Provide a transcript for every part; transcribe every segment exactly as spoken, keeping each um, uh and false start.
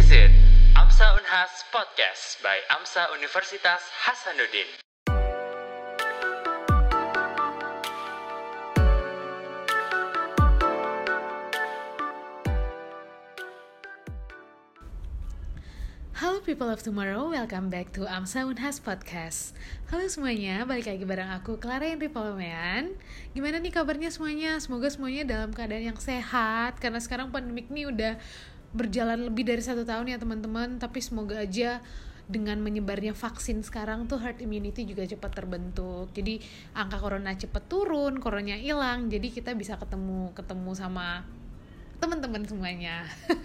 Is it AMSA Unhas Podcast by AMSA Universitas Hasanuddin. Halo people of tomorrow, welcome back to AMSA Unhas Podcast. Halo semuanya, balik lagi bareng aku Clara Henry Palomean. Gimana nih kabarnya semuanya? Semoga semuanya dalam keadaan yang sehat. Karena sekarang pandemik nih udah berjalan lebih dari satu tahun ya teman-teman. Tapi semoga aja dengan menyebarnya vaksin sekarang tuh herd immunity juga cepat terbentuk. Jadi angka corona cepat turun, coronanya hilang. Jadi kita bisa ketemu ketemu sama teman-teman semuanya.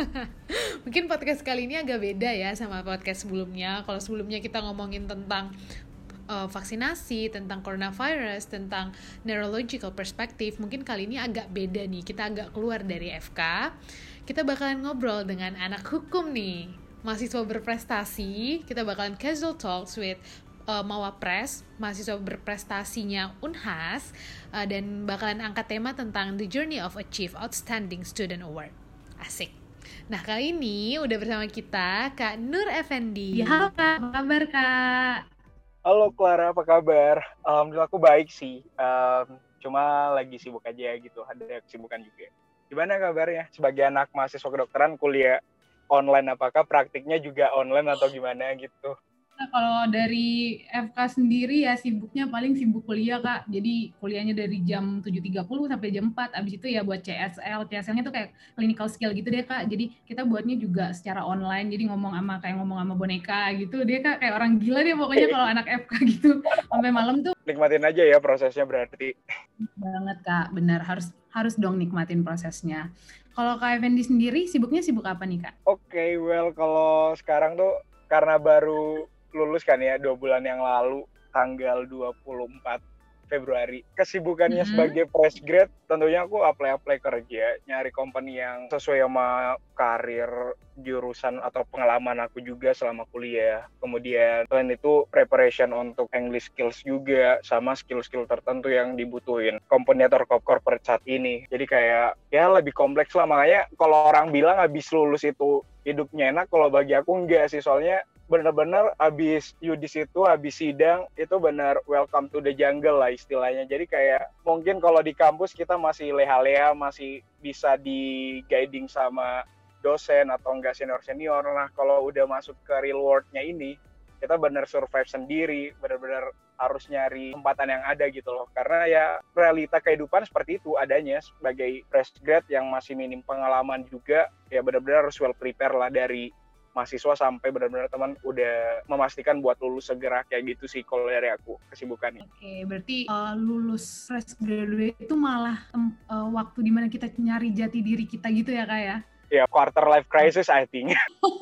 Mungkin podcast kali ini agak beda ya sama podcast sebelumnya. Kalau sebelumnya kita ngomongin tentang uh, vaksinasi, tentang coronavirus, tentang neurological perspective, mungkin kali ini agak beda nih. Kita agak keluar dari F K. Kita bakalan ngobrol dengan anak hukum nih, mahasiswa berprestasi. Kita bakalan casual talks with Uh, Mawapres, mahasiswa berprestasinya Unhas, uh, dan bakalan angkat tema tentang The Journey of Achieve Outstanding Student Award. Asik. Nah, kali ini udah bersama kita Kak Nur Effendi. Ya, halo Kak, apa kabar Kak? Halo Clara, apa kabar? Alhamdulillah aku baik sih, um, cuma lagi sibuk aja gitu, ada kesibukan juga. Gimana kabarnya? Sebagai anak mahasiswa kedokteran, kuliah online, apakah praktiknya juga online atau gimana gitu? Nah, kalau dari F K sendiri ya sibuknya paling sibuk kuliah Kak. Jadi kuliahnya dari jam tujuh tiga puluh sampai jam empat. Abis itu ya buat C S L. C S L-nya tuh kayak clinical skill gitu deh Kak. Jadi kita buatnya juga secara online. Jadi ngomong sama kayak ngomong sama boneka gitu. Dia Kak kayak orang gila deh pokoknya kalau anak F K gitu. Sampai malam tuh. Nikmatin aja ya prosesnya berarti. Banget Kak, benar. Harus harus dong nikmatin prosesnya. Kalau Kak Effendi sendiri sibuknya sibuk apa nih Kak? Oke, okay, well kalau sekarang tuh karena baru lulus kan ya dua bulan yang lalu tanggal dua puluh empat Februari. Kesibukannya mm-hmm. sebagai fresh grad tentunya aku apply-apply kerja, nyari company yang sesuai sama karir, jurusan atau pengalaman aku juga selama kuliah. Kemudian selain itu preparation untuk English skills juga sama skill-skill tertentu yang dibutuhin company atau corporate saat ini. Jadi kayak ya lebih kompleks lah, makanya kalau orang bilang habis lulus itu hidupnya enak, kalau bagi aku enggak sih, soalnya benar-benar habis yudis itu, habis sidang itu benar welcome to the jungle lah istilahnya. Jadi kayak mungkin kalau di kampus kita masih leha-leha, masih bisa di guiding sama dosen atau enggak senior-senior. Nah kalau udah masuk ke real world-nya ini, kita benar survive sendiri, benar-benar harus nyari kesempatan yang ada gitu loh. Karena ya realita kehidupan seperti itu adanya. Sebagai fresh grad yang masih minim pengalaman juga, ya benar-benar harus well prepare lah dari mahasiswa sampai benar-benar teman udah memastikan buat lulus segera, kayak gitu sih kalau dari aku kesibukannya. Oke, okay, berarti uh, lulus fresh graduate itu malah um, uh, waktu dimana kita nyari jati diri kita gitu ya Kak ya? Ya, yeah, quarter life crisis I think.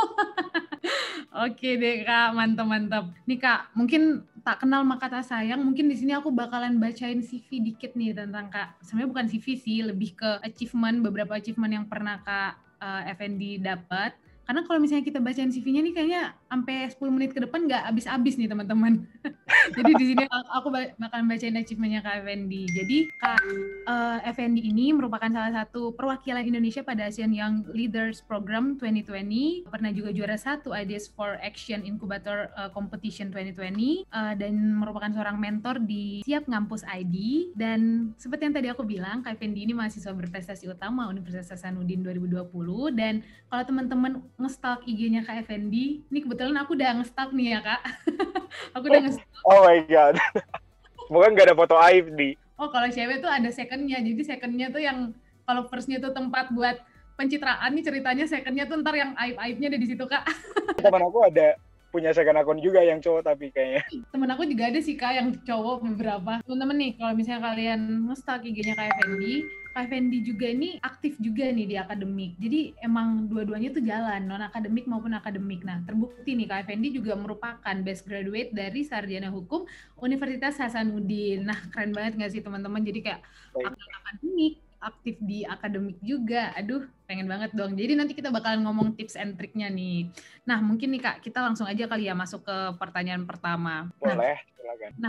Oke deh Kak, mantap-mantap. Nih Kak, mungkin tak kenal maka tak sayang, mungkin di sini aku bakalan bacain C V dikit nih tentang Kak. Sebenarnya bukan C V sih, lebih ke achievement, beberapa achievement yang pernah Kak uh, Effendi dapat. Karena kalau misalnya kita bacain C V-nya nih kayaknya sampai sepuluh menit ke depan nggak habis-habis nih teman-teman. Jadi di sini aku bakalan bacain achievement-nya Kak Effendi. Jadi Kak uh, Effendi ini merupakan salah satu perwakilan Indonesia pada ASEAN Young Leaders Program dua ribu dua puluh. Pernah juga juara satu Ideas for Action Incubator uh, Competition dua ribu dua puluh uh, dan merupakan seorang mentor di Siap Ngampus I D. Dan seperti yang tadi aku bilang, Kak Effendi ini mahasiswa berprestasi utama Universitas Hasanuddin dua ribu dua puluh. Dan kalau teman-teman nge-stalk I G-nya Kak Effendi, ini kebetulan aku udah nge-stalk nih ya Kak. Aku udah nge-stalk. Oh my god. Semoga nggak ada foto aib di. Oh kalau cewek tuh ada second-nya, jadi second-nya tuh yang kalau first-nya tuh tempat buat pencitraan, nih ceritanya second-nya tuh ntar yang aib-aibnya ada di situ Kak. Teman aku ada punya second akun juga yang cowok tapi kayaknya. Temen aku juga ada sih Kak yang cowok beberapa. Temen-temen nih kalau misalnya kalian nge-stalk I G-nya Kak Effendi, Kak Effendi juga ini aktif juga nih di akademik. Jadi emang dua-duanya tuh jalan, non-akademik maupun akademik. Nah terbukti nih Kak Effendi juga merupakan best graduate dari Sarjana Hukum Universitas Hasanuddin. Nah keren banget gak sih teman-teman? Jadi kayak akademik, aktif di akademik juga. Aduh, pengen banget dong. Jadi nanti kita bakalan ngomong tips and triknya nih. Nah, mungkin nih Kak, kita langsung aja kali ya masuk ke pertanyaan pertama. Boleh, nah, silakan. Nah,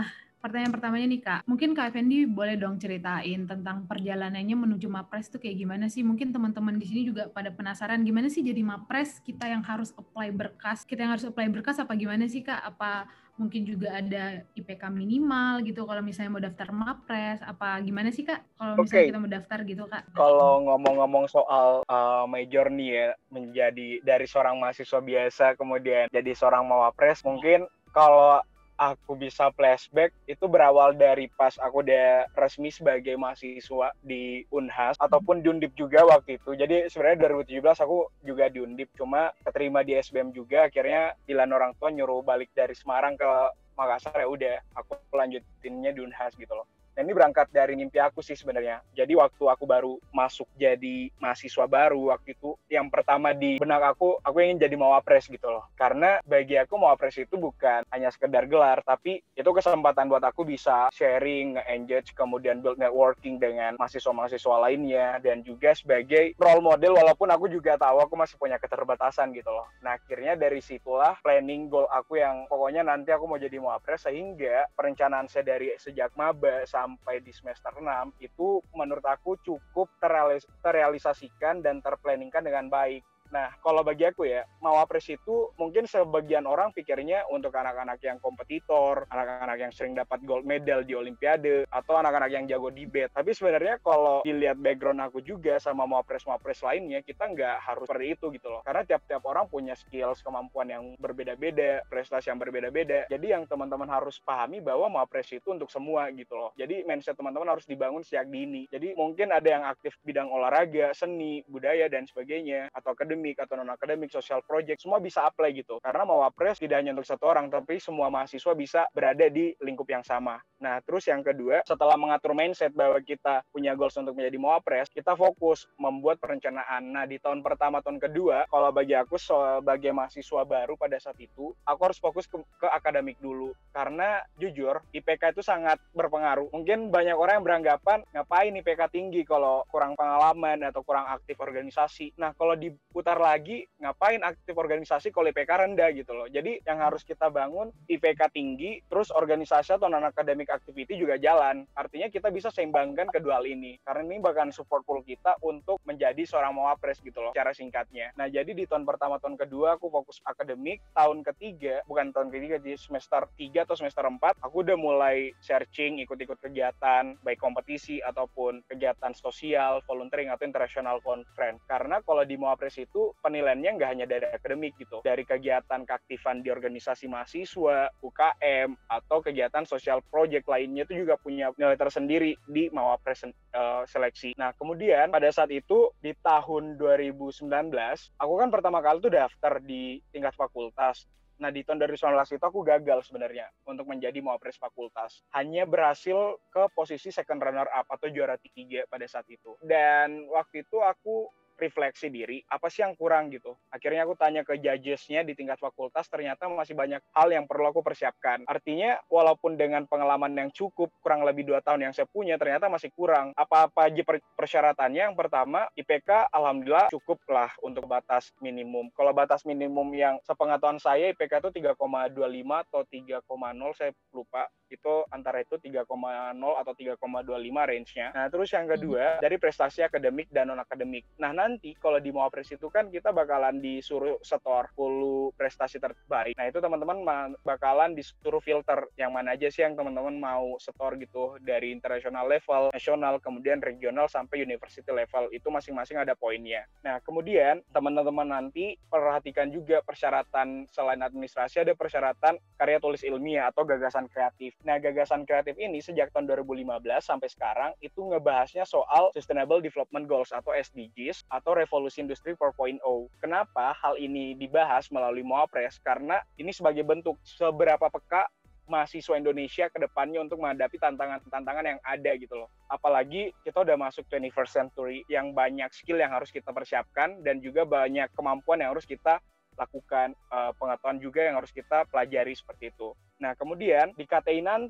pertanyaan pertamanya nih Kak, mungkin Kak Effendi boleh dong ceritain tentang perjalanannya menuju Mapres tuh kayak gimana sih? Mungkin teman-teman di sini juga pada penasaran gimana sih jadi Mapres, kita yang harus apply berkas, kita yang harus apply berkas apa gimana sih Kak? Apa mungkin juga ada I P K minimal gitu kalau misalnya mau daftar Mapres, apa gimana sih Kak kalau misalnya Oke. kita mau daftar gitu Kak? Kalau ngomong-ngomong soal uh, major nih ya, menjadi dari seorang mahasiswa biasa kemudian jadi seorang mawapres, mungkin kalau aku bisa flashback itu berawal dari pas aku udah resmi sebagai mahasiswa di Unhas ataupun di Undip juga waktu itu. Jadi sebenarnya dua ribu tujuh belas aku juga di Undip, cuma keterima di S B M juga, akhirnya pilihan orang tua nyuruh balik dari Semarang ke Makassar, ya udah aku lanjutinnya di Unhas gitu loh. Nah, ini berangkat dari mimpi aku sih sebenarnya. Jadi waktu aku baru masuk jadi mahasiswa baru waktu itu, yang pertama di benak aku, aku ingin jadi mawapres gitu loh. Karena bagi aku mawapres itu bukan hanya sekedar gelar, tapi itu kesempatan buat aku bisa sharing, nge-engage, kemudian build networking dengan mahasiswa-mahasiswa lainnya, dan juga sebagai role model walaupun aku juga tahu aku masih punya keterbatasan gitu loh. Nah, akhirnya dari situlah planning goal aku yang pokoknya nanti aku mau jadi mawapres, sehingga perencanaan saya dari sejak maba sampai di semester enam itu menurut aku cukup terrealis- terrealisasikan dan terplanningkan dengan baik. Nah, kalau bagi aku ya, mawapres itu mungkin sebagian orang pikirnya untuk anak-anak yang kompetitor, anak-anak yang sering dapat gold medal di Olimpiade, atau anak-anak yang jago debate. Tapi sebenarnya kalau dilihat background aku juga sama mawapres-mawapres lainnya, kita nggak harus seperti itu gitu loh. Karena tiap-tiap orang punya skills, kemampuan yang berbeda-beda, prestasi yang berbeda-beda. Jadi yang teman-teman harus pahami bahwa mawapres itu untuk semua gitu loh. Jadi mindset teman-teman harus dibangun sejak dini. Jadi mungkin ada yang aktif bidang olahraga, seni, budaya, dan sebagainya, atau akademik, atau non-akademik, social project, semua bisa apply gitu. Karena mawapres tidak hanya untuk satu orang, tapi semua mahasiswa bisa berada di lingkup yang sama. Nah, terus yang kedua, setelah mengatur mindset bahwa kita punya goals untuk menjadi mawapres, kita fokus membuat perencanaan. Nah, di tahun pertama, tahun kedua, kalau bagi aku sebagai mahasiswa baru pada saat itu, aku harus fokus ke, ke akademik dulu. Karena jujur, I P K itu sangat berpengaruh. Mungkin banyak orang yang beranggapan, ngapain I P K tinggi kalau kurang pengalaman atau kurang aktif organisasi. Nah, kalau diputar lagi, ngapain aktif organisasi kalau I P K rendah gitu loh. Jadi yang harus kita bangun I P K tinggi, terus organisasi atau non-academic activity juga jalan. Artinya kita bisa seimbangkan kedua hal ini. Karena ini bahkan support pool kita untuk menjadi seorang mawapres gitu loh, cara singkatnya. Nah, jadi di tahun pertama, tahun kedua aku fokus akademik. Tahun ketiga, bukan tahun ketiga, di semester tiga atau semester empat, aku udah mulai searching, ikut-ikut kegiatan, baik kompetisi ataupun kegiatan sosial, volunteering, atau international conference. Karena kalau di mawapres itu penilaiannya nggak hanya dari akademik gitu, dari kegiatan keaktifan di organisasi mahasiswa, U K M, atau kegiatan social project lainnya itu juga punya nilai tersendiri di mawapres uh, seleksi. Nah, kemudian pada saat itu di tahun dua ribu sembilan belas, aku kan pertama kali tuh daftar di tingkat fakultas. Nah, di tahun dua ribu sembilan belas itu aku gagal sebenarnya untuk menjadi mawapres fakultas. Hanya berhasil ke posisi second runner up atau juara tiga pada saat itu. Dan waktu itu aku refleksi diri, apa sih yang kurang gitu. Akhirnya aku tanya ke judges-nya di tingkat fakultas, ternyata masih banyak hal yang perlu aku persiapkan. Artinya, walaupun dengan pengalaman yang cukup, kurang lebih dua tahun yang saya punya, ternyata masih kurang. Apa-apa aja persyaratannya, yang pertama, I P K alhamdulillah cukup lah untuk batas minimum. Kalau batas minimum yang sepengetahuan saya, I P K itu tiga koma dua lima atau tiga koma nol, saya lupa. Itu antara itu tiga koma nol atau tiga koma dua lima range-nya. Nah, terus yang kedua, dari prestasi akademik dan non-akademik. Nah, nanti kalau di mawapres itu kan kita bakalan disuruh setor sepuluh prestasi terbaik. Nah, itu teman-teman bakalan disuruh filter yang mana aja sih yang teman-teman mau setor gitu, dari international level, nasional, kemudian regional sampai university level. Itu masing-masing ada poinnya. Nah, kemudian teman-teman nanti perhatikan juga persyaratan selain administrasi, ada persyaratan karya tulis ilmiah atau gagasan kreatif. Nah, gagasan kreatif ini sejak tahun dua ribu lima belas sampai sekarang itu ngebahasnya soal Sustainable Development Goals atau S D Gs atau Revolusi Industri empat titik nol. Kenapa hal ini dibahas melalui mawapres? Karena ini sebagai bentuk seberapa peka mahasiswa Indonesia ke depannya untuk menghadapi tantangan-tantangan yang ada gitu loh. Apalagi kita udah masuk twenty-first century yang banyak skill yang harus kita persiapkan dan juga banyak kemampuan yang harus kita lakukan, uh, pengetahuan juga yang harus kita pelajari seperti itu. Nah, kemudian di K T I nanti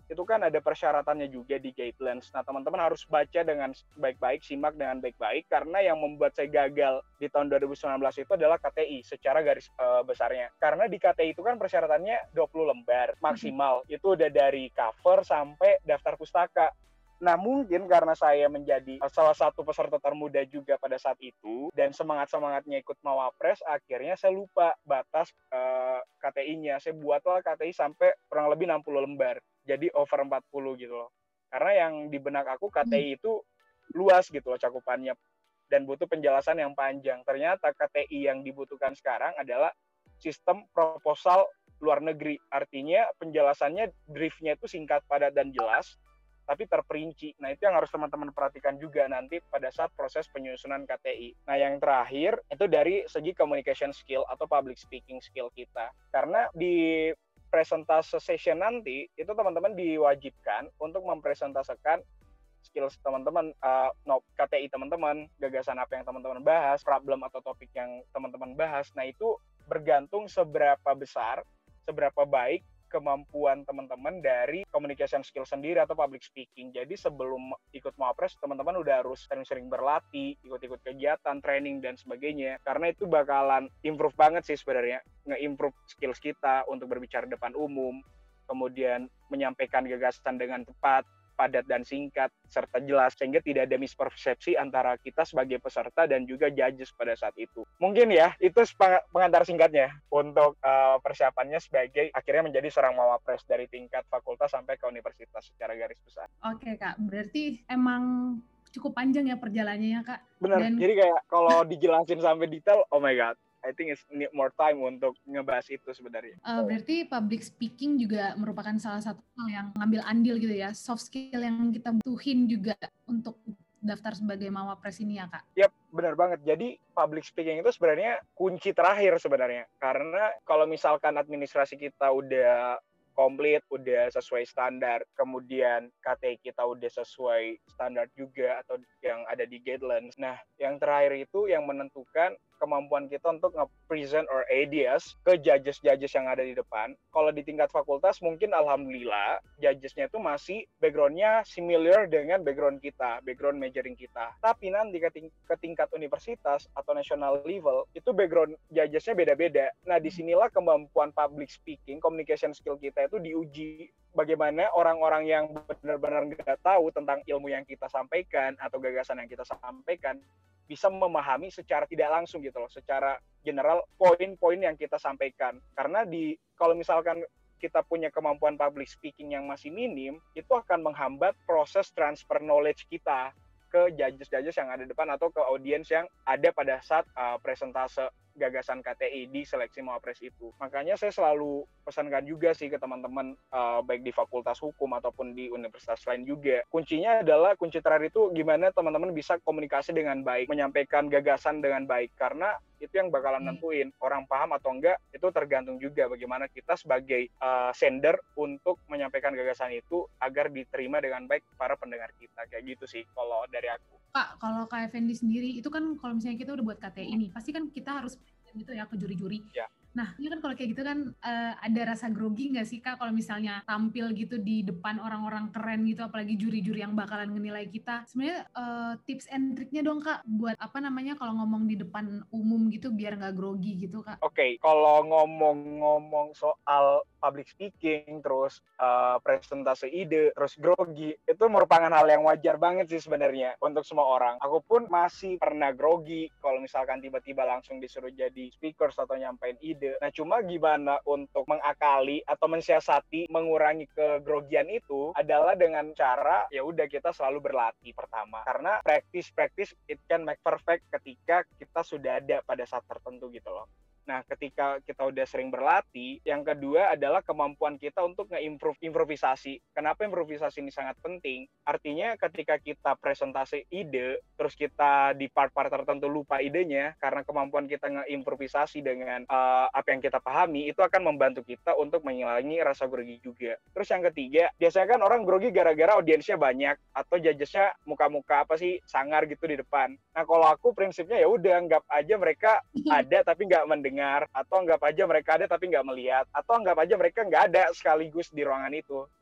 itu kan ada persyaratannya juga di guidelines. Nah, teman-teman harus baca dengan baik-baik, simak dengan baik-baik, karena yang membuat saya gagal di tahun dua ribu sembilan belas itu adalah K T I secara garis uh, besarnya. Karena di K T I itu kan persyaratannya dua puluh lembar maksimal. Itu udah dari cover sampai daftar pustaka. Nah, mungkin karena saya menjadi salah satu peserta termuda juga pada saat itu, dan semangat-semangatnya ikut Mawapres, akhirnya saya lupa batas uh, K T I-nya. Saya buatlah K T I sampai kurang lebih enam puluh lembar. Jadi over empat puluh gitu loh. Karena yang di benak aku K T I itu luas gitu loh cakupannya, dan butuh penjelasan yang panjang. Ternyata K T I yang dibutuhkan sekarang adalah sistem proposal luar negeri. Artinya penjelasannya, briefnya itu singkat, padat, dan jelas, tapi terperinci. Nah, itu yang harus teman-teman perhatikan juga nanti pada saat proses penyusunan K T I. Nah, yang terakhir, itu dari segi communication skill atau public speaking skill kita. Karena di presentasi session nanti, itu teman-teman diwajibkan untuk mempresentasikan skills teman-teman, uh, no, K T I teman-teman, gagasan apa yang teman-teman bahas, problem atau topik yang teman-teman bahas. Nah, itu bergantung seberapa besar, seberapa baik kemampuan teman-teman dari communication skill sendiri atau public speaking. Jadi sebelum ikut Mawapres, teman-teman udah harus sering-sering berlatih, ikut-ikut kegiatan, training, dan sebagainya. Karena itu bakalan improve banget sih sebenarnya, nge-improve skills kita untuk berbicara depan umum, kemudian menyampaikan gagasan dengan tepat, padat dan singkat, serta jelas, sehingga tidak ada mispersepsi antara kita sebagai peserta dan juga judges pada saat itu. Mungkin ya, itu pengantar singkatnya untuk uh, persiapannya sebagai akhirnya menjadi seorang Mawapres dari tingkat fakultas sampai ke universitas secara garis besar. Oke Kak, berarti emang cukup panjang ya perjalanannya Kak? Benar, dan... jadi kayak kalau dijelasin sampai detail, oh my god, I think it's need more time untuk ngebahas itu sebenarnya. Uh, berarti public speaking juga merupakan salah satu hal yang ngambil andil gitu ya, soft skill yang kita butuhin juga untuk daftar sebagai Mawapres ini ya Kak? Yap, benar banget. Jadi public speaking itu sebenarnya kunci terakhir sebenarnya. Karena kalau misalkan administrasi kita udah komplit, udah sesuai standar, kemudian K T I kita udah sesuai standar juga atau yang ada di guidelines. Nah, yang terakhir itu yang menentukan kemampuan kita untuk nge-present our ideas ke judges-judges yang ada di depan. Kalau di tingkat fakultas mungkin alhamdulillah judges-nya itu masih background-nya similar dengan background kita, background majoring kita. Tapi nanti ke, ting- ke tingkat universitas atau national level, itu background judges-nya beda-beda. Nah, disinilah kemampuan public speaking, communication skill kita itu diuji. Bagaimana orang-orang yang benar-benar nggak tahu tentang ilmu yang kita sampaikan atau gagasan yang kita sampaikan, bisa memahami secara tidak langsung gitu loh, secara general poin-poin yang kita sampaikan. Karena di kalau misalkan kita punya kemampuan public speaking yang masih minim, itu akan menghambat proses transfer knowledge kita ke judges-judges yang ada di depan atau ke audiens yang ada pada saat uh, presentase gagasan K T I di seleksi Mawapres itu. Makanya saya selalu pesankan juga sih ke teman-teman uh, baik di fakultas hukum ataupun di universitas lain juga. Kuncinya adalah, kunci terakhir itu gimana teman-teman bisa komunikasi dengan baik, menyampaikan gagasan dengan baik, karena itu yang bakalan nentuin orang paham atau enggak. Itu tergantung juga bagaimana kita sebagai uh, sender untuk menyampaikan gagasan itu agar diterima dengan baik para pendengar kita. Kayak gitu sih kalau dari aku. Kak, kalau Kak Effendi sendiri itu kan kalau misalnya kita udah buat K T I nih, pasti kan kita harus gitu ya ke juri-juri. Ya. Nah, ini kan kalau kayak gitu kan uh, ada rasa grogi nggak sih Kak kalau misalnya tampil gitu di depan orang-orang keren gitu, apalagi juri-juri yang bakalan ngenilai kita. Sebenarnya uh, tips and triknya dong Kak buat apa namanya kalau ngomong di depan umum gitu biar nggak grogi gitu Kak. Oke, okay, kalau ngomong-ngomong soal public speaking, terus uh, presentasi ide, terus grogi, itu merupakan hal yang wajar banget sih sebenarnya untuk semua orang. Aku pun masih pernah grogi kalau misalkan tiba-tiba langsung disuruh jadi speaker atau nyampein ide. Nah, cuma gimana untuk mengakali atau mensiasati mengurangi kegrogian itu adalah dengan cara ya udah kita selalu berlatih pertama. Karena practice-practice it can make perfect ketika kita sudah ada pada saat tertentu gitu loh. Nah, ketika kita udah sering berlatih, yang kedua adalah kemampuan kita untuk nge-improve improvisasi. Kenapa improvisasi ini sangat penting? Artinya ketika kita presentasi ide, terus kita di part-part tertentu lupa idenya, karena kemampuan kita nge-improvisasi dengan uh, apa yang kita pahami, itu akan membantu kita untuk mengurangi rasa grogi juga. Terus yang ketiga, biasanya kan orang grogi gara-gara audiensnya banyak, atau judgesnya muka-muka apa sih, sangar gitu di depan. Nah, kalau aku prinsipnya ya udah, anggap aja mereka ada tapi nggak mendengar. Atau anggap aja mereka ada tapi nggak melihat, atau anggap aja mereka nggak ada sekaligus di ruangan itu.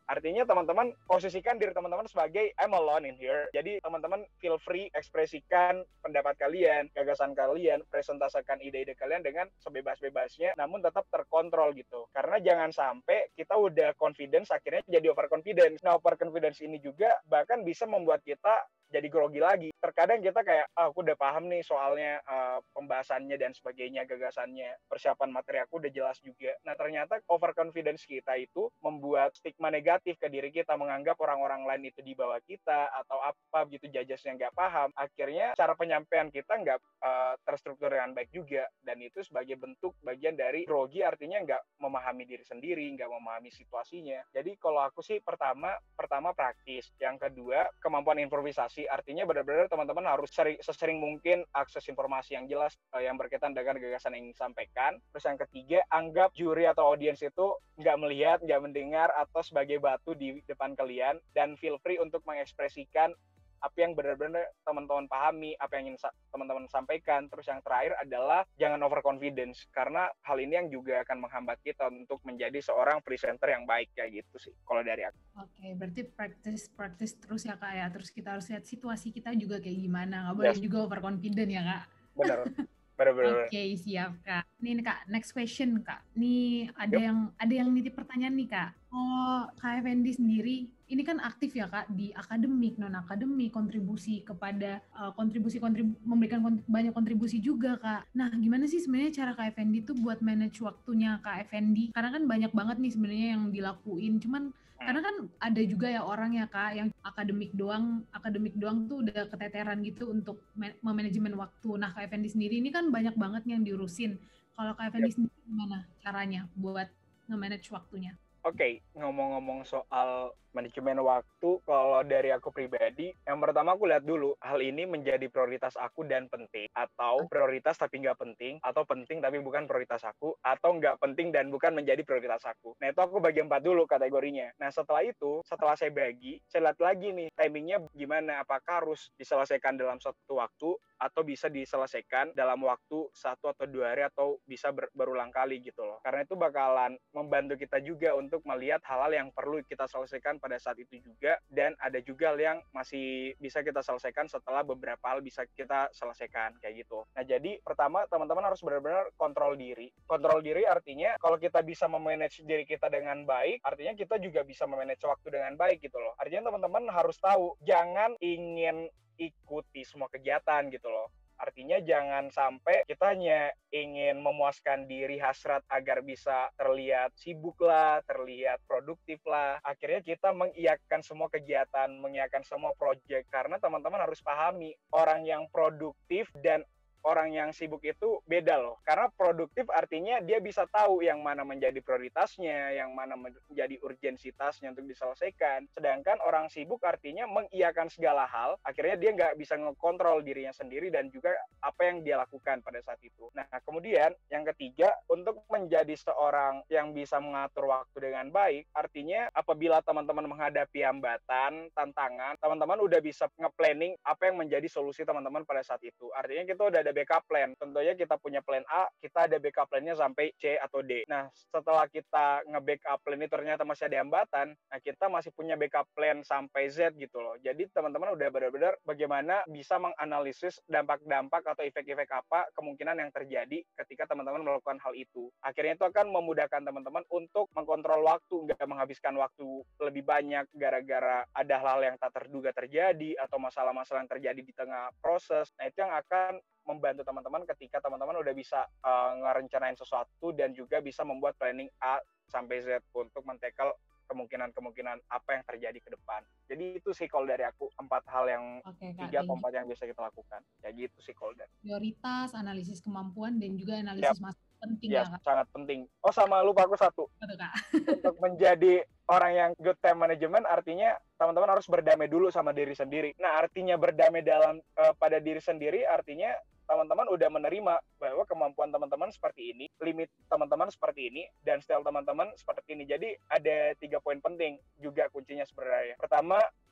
Artinya teman-teman posisikan diri teman-teman sebagai I'm alone in here. Jadi teman-teman feel free ekspresikan pendapat kalian, gagasan kalian, presentasikan ide-ide kalian dengan sebebas-bebasnya, namun tetap terkontrol gitu. Karena jangan sampai kita udah confidence akhirnya jadi overconfidence. Nah, overconfidence ini juga bahkan bisa membuat kita jadi grogi lagi. Terkadang kita kayak, ah, aku udah paham nih soalnya uh, pembahasannya dan sebagainya, gagasannya, persiapan materi aku udah jelas juga. Nah, ternyata overconfidence kita itu membuat stigma negatif ke diri kita, menganggap orang-orang lain itu di bawah kita, atau apa gitu, judges-nya nggak paham. Akhirnya cara penyampaian kita nggak uh, terstruktur dengan baik juga. Dan itu sebagai bentuk bagian dari grogi, artinya nggak memahami diri sendiri, nggak memahami situasinya. Jadi kalau aku sih pertama, pertama praktis. Yang kedua, kemampuan improvisasi. Artinya benar-benar teman-teman harus sering, sesering mungkin akses informasi yang jelas uh, yang berkaitan dengan gagasan yang ingin disampaikan. Terus yang ketiga, anggap juri atau audiens itu nggak melihat, nggak mendengar, atau sebagai batu di depan kalian, dan feel free untuk mengekspresikan apa yang benar-benar teman-teman pahami, apa yang ingin sa- teman-teman sampaikan. Terus yang terakhir adalah jangan overconfidence, karena hal ini yang juga akan menghambat kita untuk menjadi seorang presenter yang baik, kayak gitu sih kalau dari aku. Oke, berarti practice practice terus ya Kak ya. Terus kita harus lihat situasi kita juga kayak gimana. Nggak boleh Yes. juga overconfident ya Kak. Benar. Benar-benar. Oke, siap Kak. Nih nih, Kak, next question Kak. Nih ada Yup. yang ada yang nitip pertanyaan nih Kak. Oh, Kak Effendi sendiri ini kan aktif ya Kak di akademik, non akademik, kontribusi kepada uh, kontribusi kontribu memberikan kont- banyak kontribusi juga Kak. Nah, gimana sih sebenarnya cara Kak Effendi tuh buat manage waktunya Kak Effendi? Karena kan banyak banget nih sebenarnya yang dilakuin. Cuman karena kan ada juga ya orang ya Kak yang akademik doang, akademik doang tuh udah keteteran gitu untuk man- memanajemen waktu. Nah, Kak Effendi sendiri ini kan banyak banget yang diurusin. Kalau Kak Effendi Yep. sendiri gimana caranya buat nge-manage waktunya? Oke, okay, ngomong-ngomong soal manajemen waktu, kalau dari aku pribadi, yang pertama aku lihat dulu, hal ini menjadi prioritas aku dan penting, atau prioritas tapi nggak penting, atau penting tapi bukan prioritas aku, atau nggak penting dan bukan menjadi prioritas aku. Nah, itu aku bagi empat dulu kategorinya. Nah, setelah itu, setelah saya bagi, saya lihat lagi nih, timingnya gimana, apakah harus diselesaikan dalam satu waktu, atau bisa diselesaikan dalam waktu satu atau dua hari, atau bisa ber- berulang kali gitu loh. Karena itu bakalan membantu kita juga untuk melihat hal-hal yang perlu kita selesaikan pada saat itu juga, dan ada juga yang masih bisa kita selesaikan setelah beberapa hal bisa kita selesaikan, kayak gitu. Nah, jadi pertama teman-teman harus benar-benar kontrol diri. Kontrol diri artinya kalau kita bisa memanage diri kita dengan baik, artinya kita juga bisa memanage waktu dengan baik gitu loh. Artinya teman-teman harus tahu, jangan ingin ikuti semua kegiatan gitu loh. Artinya jangan sampai kita hanya ingin memuaskan diri hasrat agar bisa terlihat sibuk lah, terlihat produktif lah. Akhirnya kita mengiyakan semua kegiatan, mengiyakan semua proyek. Karena teman-teman harus pahami, orang yang produktif dan orang yang sibuk itu beda loh. Karena produktif artinya dia bisa tahu yang mana menjadi prioritasnya, yang mana menjadi urgensitasnya untuk diselesaikan. Sedangkan orang sibuk artinya mengiyakan segala hal, akhirnya dia nggak bisa ngekontrol dirinya sendiri dan juga apa yang dia lakukan pada saat itu. Nah, kemudian yang ketiga, untuk menjadi seorang yang bisa mengatur waktu dengan baik, artinya apabila teman-teman menghadapi hambatan, tantangan, teman-teman udah bisa nge-planning apa yang menjadi solusi teman-teman pada saat itu. Artinya kita udah ada backup plan. Tentunya kita punya plan A, kita ada backup plan-nya sampai C atau D. Nah, setelah kita nge-backup plan ini ternyata masih ada hambatan, nah kita masih punya backup plan sampai Z gitu loh. Jadi teman-teman udah benar-benar bagaimana bisa menganalisis dampak-dampak atau efek-efek apa kemungkinan yang terjadi ketika teman-teman melakukan hal itu. Akhirnya itu akan memudahkan teman-teman untuk mengkontrol waktu, nggak menghabiskan waktu lebih banyak gara-gara ada hal yang tak terduga terjadi atau masalah-masalah yang terjadi di tengah proses. Nah, itu yang akan membantu teman-teman ketika teman-teman udah bisa uh, ngerencanain sesuatu dan juga bisa membuat planning A sampai Z untuk men-tackle kemungkinan-kemungkinan apa yang terjadi ke depan. Jadi itu sih kalau dari aku, empat hal yang Oke, Kak, tiga atau thank you. empat yang bisa kita lakukan. Ya gitu sih kalau dari. Prioritas, analisis kemampuan, dan juga analisis Yap. masalah penting Ya, ya Kak. sangat penting. Oh, sama lupa aku satu. Betul Kak. Untuk menjadi orang yang good time management artinya teman-teman harus berdamai dulu sama diri sendiri. Nah, artinya berdamai dalam uh, pada diri sendiri artinya teman-teman udah menerima bahwa kemampuan teman-teman seperti ini, limit teman-teman seperti ini, dan style teman-teman seperti ini. Jadi ada tiga poin penting juga kuncinya sebenarnya. Pertama,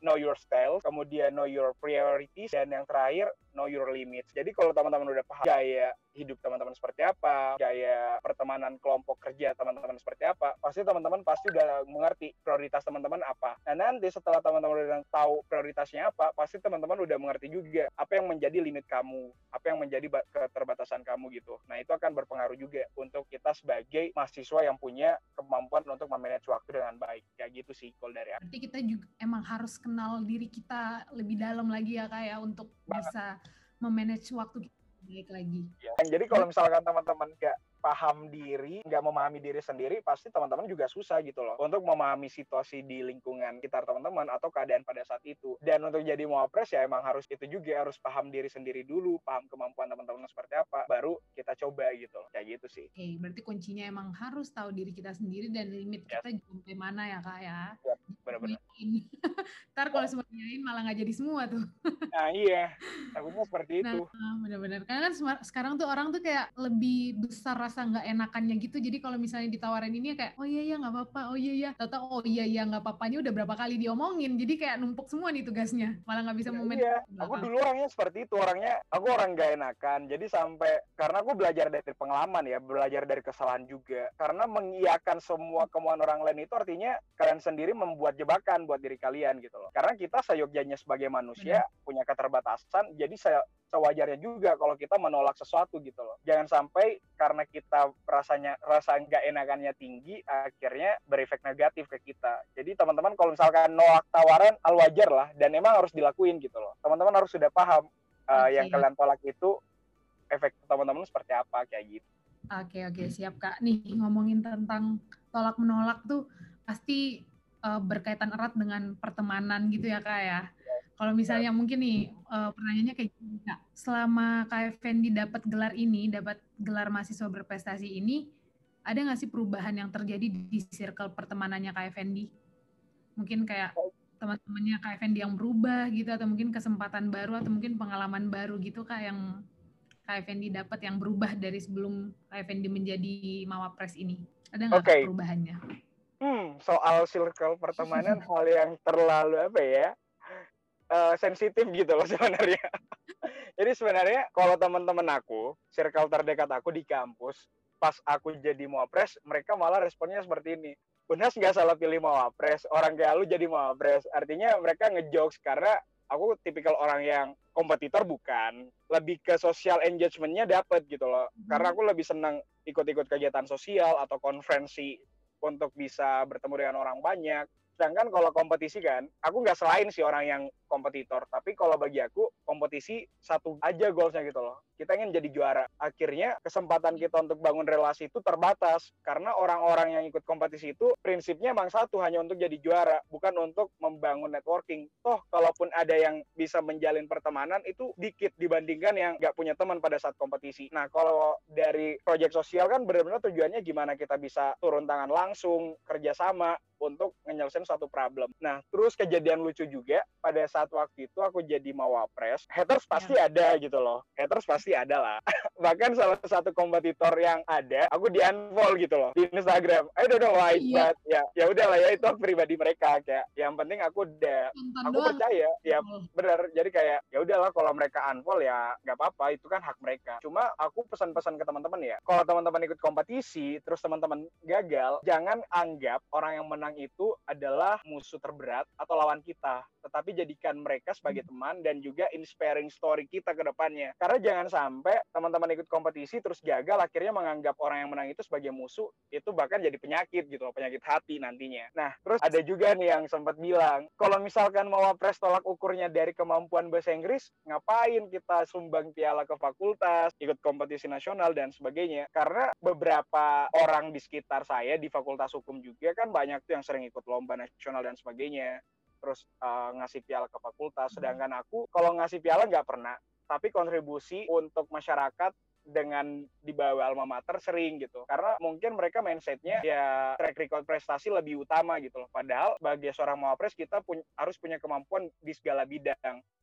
know your style, kemudian know your priorities, dan yang terakhir know your limits. Jadi kalau teman-teman udah paham gaya hidup teman-teman seperti apa, gaya pertemanan kelompok kerja teman-teman seperti apa, pasti teman-teman pasti udah mengerti prioritas teman-teman apa. Nah nanti setelah teman-teman udah tahu prioritasnya apa, pasti teman-teman udah mengerti juga apa yang menjadi limit kamu, apa yang menjadi keterbatasan kamu gitu. Nah itu akan berpengaruh juga untuk kita sebagai mahasiswa yang punya kemampuan untuk memanage waktu dengan baik. Kayak gitu sih kalau dari aku. Berarti kita juga emang harus kenal diri kita lebih dalam lagi ya kayak untuk Banget. bisa memanage waktu kita baik lagi. Ya. Jadi kalau misalkan teman-teman nggak paham diri, nggak memahami diri sendiri, pasti teman-teman juga susah gitu loh untuk memahami situasi di lingkungan sekitar teman-teman atau keadaan pada saat itu. Dan untuk jadi mawapres ya emang harus itu juga, harus paham diri sendiri dulu, paham kemampuan teman-teman seperti apa, baru kita coba gitu loh. Kayak gitu sih. Oke, berarti kuncinya emang harus tahu diri kita sendiri dan limit Yes. kita sampai mana ya kak ya. Ya, benar-benar. Ntar kalau semua diain malah nggak jadi semua tuh. Nah iya, takutnya seperti itu. Nah, benar-benar. Karena kan sema- sekarang tuh orang tuh kayak lebih besar rasa nggak enakannya gitu. Jadi kalau misalnya ditawarin ini ya kayak, oh iya iya nggak apa-apa, oh iya iya. Tahu-tahu oh iya iya nggak apa-apanya udah berapa kali diomongin. Jadi kayak numpuk semua nih tugasnya. Malah nggak bisa Ya, momen. iya, aku dulu orangnya seperti itu, orangnya aku orang gak enakan. Jadi sampai karena aku belajar dari pengalaman ya, belajar dari kesalahan juga. Karena mengiyakan semua kemauan orang lain itu artinya kalian sendiri membuat jebakan buat diri kalian gitu loh. Karena kita seyogyanya sebagai manusia hmm. punya keterbatasan, jadi saya sewajarnya juga kalau kita menolak sesuatu gitu loh. Jangan sampai karena kita rasanya rasa nggak enakannya tinggi, akhirnya berefek negatif ke kita. Jadi teman-teman kalau misalkan nolak tawaran, al wajar lah, dan emang harus dilakuin gitu loh. Teman-teman harus sudah paham uh, okay. yang kalian tolak itu efek teman-teman seperti apa kayak gitu. Oke okay, oke okay, siap kak. Nih ngomongin tentang tolak menolak tuh pasti uh, berkaitan erat dengan pertemanan gitu ya kak ya. Kalau misalnya mungkin nih uh, pertanyaannya kayak gini Kak, selama Kak Effendi dapat gelar ini, dapat gelar mahasiswa berprestasi ini, ada nggak sih perubahan yang terjadi di circle pertemanannya Kak Effendi? Mungkin kayak teman-temannya Kak Effendi yang berubah gitu, atau mungkin kesempatan baru, atau mungkin pengalaman baru gitu Kak yang Kak Effendi dapat yang berubah dari sebelum Kak Effendi menjadi Mawapres ini? Ada nggak okay. perubahannya? Hmm, soal circle pertemanan hal yang terlalu apa ya? Uh, sensitif gitu loh sebenarnya. Jadi sebenarnya kalau teman-teman aku, circle terdekat aku di kampus, pas aku jadi mawapres, mereka malah responnya seperti ini. Unhas nggak salah pilih mawapres, orang kayak lu jadi mawapres. Artinya mereka ngejokes karena aku tipikal orang yang kompetitor bukan, lebih ke social engagement-nya dapet gitu loh. Hmm. Karena aku lebih senang ikut-ikut kegiatan sosial atau konferensi untuk bisa bertemu dengan orang banyak. Sedangkan kalau kompetisi kan, aku nggak selain sih orang yang kompetitor, tapi kalau bagi aku kompetisi satu aja goalsnya gitu loh. Kita ingin jadi juara. Akhirnya kesempatan kita untuk bangun relasi itu terbatas karena orang-orang yang ikut kompetisi itu prinsipnya emang satu, hanya untuk jadi juara, bukan untuk membangun networking. Toh kalaupun ada yang bisa menjalin pertemanan itu dikit dibandingkan yang nggak punya teman pada saat kompetisi. Nah kalau dari proyek sosial kan benar-benar tujuannya gimana kita bisa turun tangan langsung, kerjasama untuk menyelesaikan suatu problem. Nah, terus kejadian lucu juga pada saat waktu itu aku jadi mawapres, haters pasti ya. Ada gitu loh. Haters pasti ada lah. Bahkan salah satu kompetitor yang ada, aku di-unfollow gitu loh di Instagram. I don't know why, iya. But ya ya udahlah ya itu pribadi mereka kayak yang penting aku udah Nonton aku doang. Percaya ya oh. Bener. Jadi kayak ya udahlah kalau mereka unfollow ya nggak apa-apa, itu kan hak mereka. Cuma aku pesan-pesan ke teman-teman ya, kalau teman-teman ikut kompetisi terus teman-teman gagal, jangan anggap orang yang menang itu adalah musuh terberat atau lawan kita, tetapi jadikan mereka sebagai teman dan juga inspiring story kita ke depannya. Karena jangan sampai teman-teman ikut kompetisi terus gagal akhirnya menganggap orang yang menang itu sebagai musuh, itu bahkan jadi penyakit gitu loh, penyakit hati nantinya. Nah, terus ada juga nih yang sempat bilang, kalau misalkan mawapres tolak ukurnya dari kemampuan bahasa Inggris, ngapain kita sumbang piala ke fakultas, ikut kompetisi nasional dan sebagainya. Karena beberapa orang di sekitar saya di fakultas hukum juga kan banyak tuh yang sering ikut lomba nasional dan sebagainya, terus uh, ngasih piala ke fakultas. Sedangkan aku kalau ngasih piala nggak pernah, tapi kontribusi untuk masyarakat dengan di bawah alma mater sering gitu. Karena mungkin mereka mindsetnya ya track record prestasi lebih utama gitu loh. Padahal sebagai seorang mawapres kita pun harus punya kemampuan di segala bidang.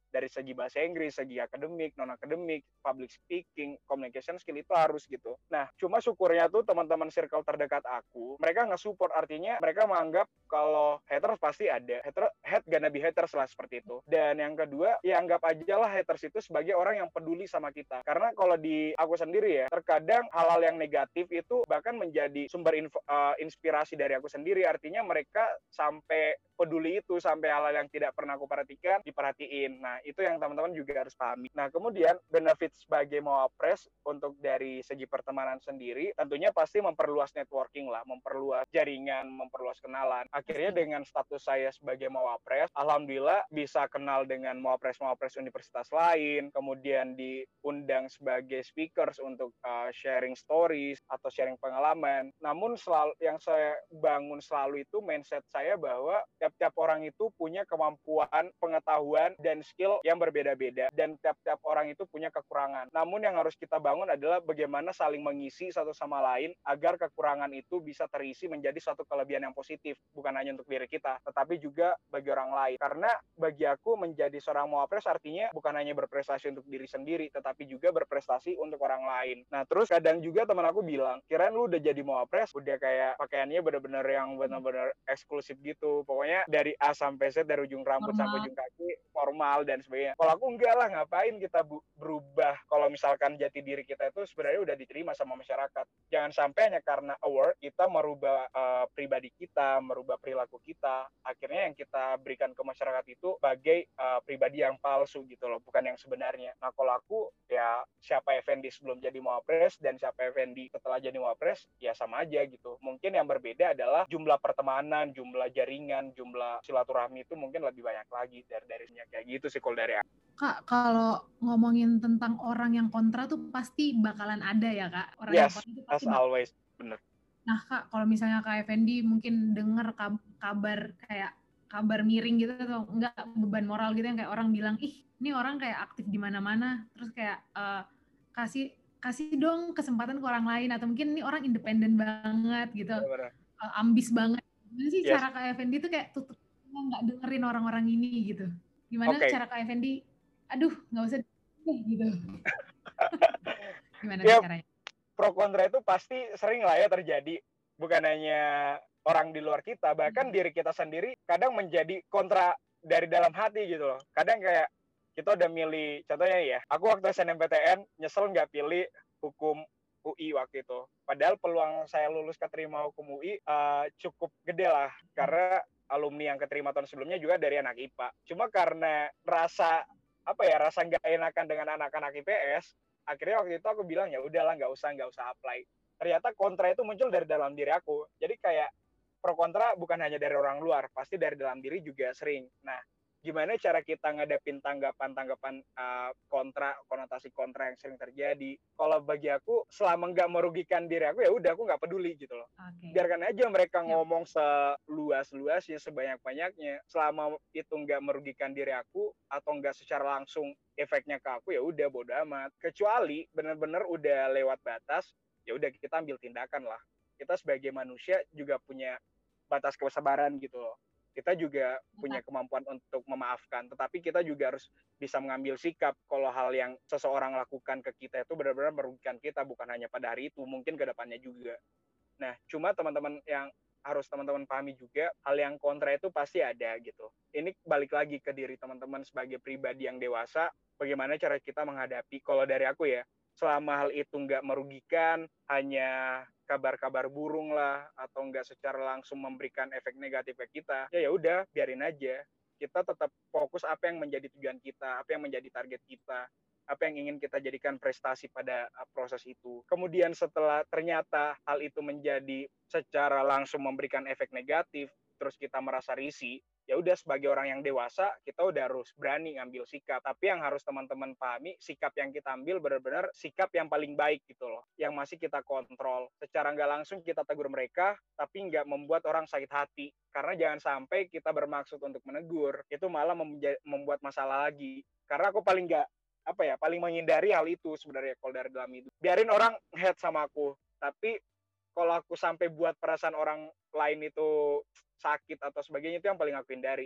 dari segi bahasa Inggris, segi akademik, non akademik, public speaking, communication skill itu harus gitu. Nah, cuma syukurnya tuh teman-teman circle terdekat aku, mereka nge-support, artinya mereka menganggap kalau haters pasti ada, hater, hate gonna be haters lah seperti itu. Dan yang kedua, ya anggap aja lah haters itu sebagai orang yang peduli sama kita. Karena kalau di aku sendiri ya, terkadang hal-hal yang negatif itu bahkan menjadi sumber info, uh, inspirasi dari aku sendiri, artinya mereka sampai peduli itu, sampai hal-hal yang tidak pernah aku perhatikan diperhatiin. Nah, itu yang teman-teman juga harus pahami. Nah, kemudian benefit sebagai Mawapres untuk dari segi pertemanan sendiri, tentunya pasti memperluas networking lah, memperluas jaringan, memperluas kenalan. Akhirnya dengan status saya sebagai Mawapres, alhamdulillah bisa kenal dengan Mawapres-Mawapres universitas lain, kemudian diundang sebagai speakers untuk uh, sharing stories atau sharing pengalaman. Namun selalu yang saya bangun selalu itu mindset saya bahwa tiap-tiap orang itu punya kemampuan, pengetahuan, dan skill yang berbeda-beda. Dan tiap-tiap orang itu punya kekurangan. Namun yang harus kita bangun adalah bagaimana saling mengisi satu sama lain agar kekurangan itu bisa terisi menjadi suatu kelebihan yang positif. Bukan hanya untuk diri kita, tetapi juga bagi orang lain. Karena bagi aku menjadi seorang Mawapres artinya bukan hanya berprestasi untuk diri sendiri, tetapi juga berprestasi untuk orang lain. Nah, terus kadang juga teman aku bilang, kirain lu udah jadi Mawapres, udah kayak pakaiannya bener-bener yang bener-bener eksklusif gitu. Pokoknya dari A sampai Z, dari ujung rambut Formal. sampai ujung kaki formal dan sebagainya. Kalau aku enggak lah, ngapain kita bu- berubah kalau misalkan jati diri kita itu sebenarnya udah diterima sama masyarakat. Jangan sampai hanya karena award kita merubah uh, pribadi kita, merubah perilaku kita. Akhirnya yang kita berikan ke masyarakat itu sebagai uh, pribadi yang palsu gitu loh, bukan yang sebenarnya. Nah, kalau aku ya siapa Effendi sebelum jadi Mawapres dan siapa Effendi setelah jadi Mawapres ya sama aja gitu. Mungkin yang berbeda adalah jumlah pertemanan, jumlah jaringan, jumlah silaturahmi itu mungkin lebih banyak lagi dari darinya kayak gitu sih kalau dari aku. Kak, kalau ngomongin tentang orang yang kontra tuh pasti bakalan ada ya, Kak? Orang Yes, yang kontra tuh as pasti bakal. always, bener. Nah, Kak, kalau misalnya Kak Effendi mungkin dengar kabar kayak kabar miring gitu atau enggak beban moral gitu yang kayak orang bilang, ih, ini orang kayak aktif di mana-mana, terus kayak uh, kasih kasih dong kesempatan ke orang lain, atau mungkin ini orang independen banget gitu, uh, ambis banget. Gimana sih Yes. cara Kak Effendi tuh kayak tutup nggak dengerin orang-orang ini gitu? Gimana Okay. cara Kak Effendi? Aduh, nggak usah deh gitu. Gimana Ya, sih caranya? pro kontra itu pasti sering lah ya terjadi. Bukan hanya orang di luar kita, bahkan hmm. diri kita sendiri kadang menjadi kontra dari dalam hati gitu loh. Kadang kayak kita udah milih, contohnya ya, aku waktu S N M P T N nyesel nggak pilih hukum U I waktu itu. Padahal peluang saya lulus keterima hukum U I uh, cukup gede lah, karena alumni yang keterima tahun sebelumnya juga dari anak I P A. Cuma karena rasa apa ya, rasa nggak enakan dengan anak-anak I P S, akhirnya waktu itu aku bilang ya udahlah, nggak usah nggak usah apply. Ternyata kontra itu muncul dari dalam diri aku. Jadi kayak pro kontra bukan hanya dari orang luar, pasti dari dalam diri juga sering. Nah, gimana cara kita ngadepin tanggapan-tanggapan uh, kontra, konotasi kontra yang sering terjadi? Kalau bagi aku, selama nggak merugikan diri aku, ya udah aku nggak peduli gitu loh. Okay. Biarkan aja mereka yeah. ngomong seluas-luasnya, sebanyak-banyaknya. Selama itu nggak merugikan diri aku atau nggak secara langsung efeknya ke aku, ya udah bodo amat. Kecuali benar-benar udah lewat batas, ya udah kita ambil tindakan lah. Kita sebagai manusia juga punya batas kesabaran gitu loh. Kita juga punya kemampuan untuk memaafkan, tetapi kita juga harus bisa mengambil sikap kalau hal yang seseorang lakukan ke kita itu benar-benar merugikan kita, bukan hanya pada hari itu, mungkin ke depannya juga. Nah, cuma teman-teman yang harus teman-teman pahami juga, hal yang kontra itu pasti ada gitu. Ini balik lagi ke diri teman-teman sebagai pribadi yang dewasa, bagaimana cara kita menghadapi. Kalau dari aku ya, selama hal itu nggak merugikan, hanya kabar-kabar burung lah, atau nggak secara langsung memberikan efek negatif ke kita, ya ya udah biarin aja. Kita tetap fokus apa yang menjadi tujuan kita, apa yang menjadi target kita, apa yang ingin kita jadikan prestasi pada proses itu. Kemudian setelah ternyata hal itu menjadi secara langsung memberikan efek negatif, terus kita merasa risih, ya udah sebagai orang yang dewasa kita udah harus berani ngambil sikap. Tapi yang harus teman-teman pahami, sikap yang kita ambil benar-benar sikap yang paling baik gitu loh, yang masih kita kontrol. Secara nggak langsung kita tegur mereka, tapi nggak membuat orang sakit hati. Karena jangan sampai kita bermaksud untuk menegur, itu malah membuat masalah lagi. Karena aku paling nggak apa ya, paling menghindari hal itu sebenarnya kalau dari dalam hidup. Biarin orang hate sama aku, tapi kalau aku sampai buat perasaan orang lain itu sakit atau sebagainya, itu yang paling aku hindari.